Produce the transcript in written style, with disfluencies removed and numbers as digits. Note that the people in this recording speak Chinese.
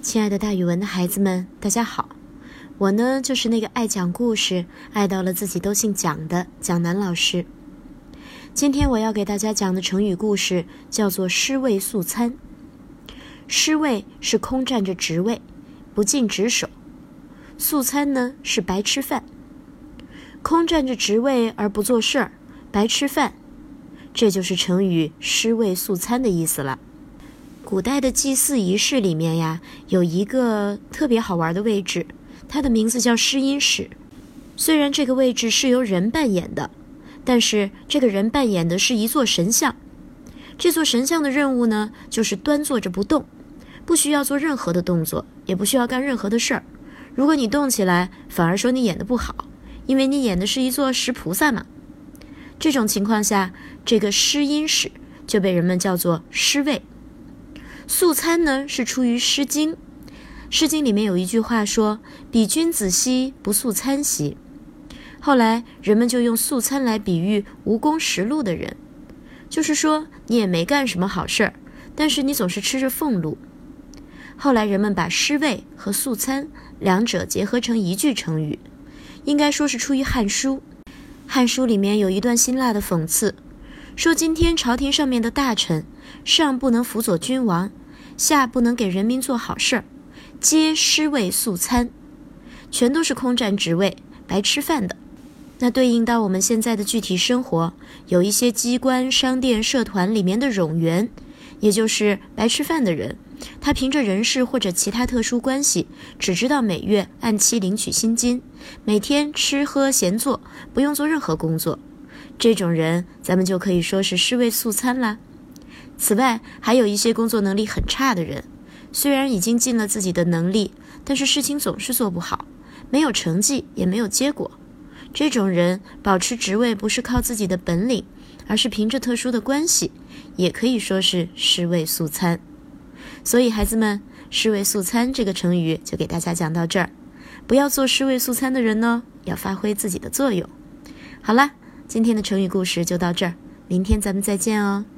亲爱的大语文的孩子们，大家好。我呢，就是那个爱讲故事，爱到了自己都姓蒋的蒋楠老师。今天我要给大家讲的成语故事叫做尸位素餐。尸位是空占着职位，不尽职守；素餐呢是白吃饭。空占着职位而不做事儿，白吃饭，这就是成语尸位素餐的意思了。古代的祭祀仪式里面呀，有一个特别好玩的位置，它的名字叫尸阴室。虽然这个位置是由人扮演的，但是这个人扮演的是一座神像。这座神像的任务呢，就是端坐着不动，不需要做任何的动作，也不需要干任何的事儿。如果你动起来，反而说你演得不好，因为你演的是一座石菩萨嘛。这种情况下，这个尸阴室就被人们叫做尸位。素餐呢是出于《诗经》，《诗经》里面有一句话说：“彼君子兮不素餐兮。”后来人们就用素餐来比喻无功实禄的人，就是说你也没干什么好事儿，但是你总是吃着俸禄。后来人们把尸位和素餐两者结合成一句成语，应该说是出于《汉书》。《汉书》里面有一段辛辣的讽刺，说今天朝廷上面的大臣，上不能辅佐君王，下不能给人民做好事儿，皆尸位素餐，全都是空占职位白吃饭的。那对应到我们现在的具体生活，有一些机关、商店、社团里面的冗员，也就是白吃饭的人，他凭着人事或者其他特殊关系，只知道每月按期领取薪金，每天吃喝闲坐，不用做任何工作。这种人咱们就可以说是尸位素餐啦。此外，还有一些工作能力很差的人，虽然已经尽了自己的能力，但是事情总是做不好，没有成绩也没有结果。这种人保持职位不是靠自己的本领，而是凭着特殊的关系，也可以说是尸位素餐。所以孩子们，尸位素餐这个成语就给大家讲到这儿。不要做尸位素餐的人哦，要发挥自己的作用。好啦，今天的成语故事就到这儿，明天咱们再见哦。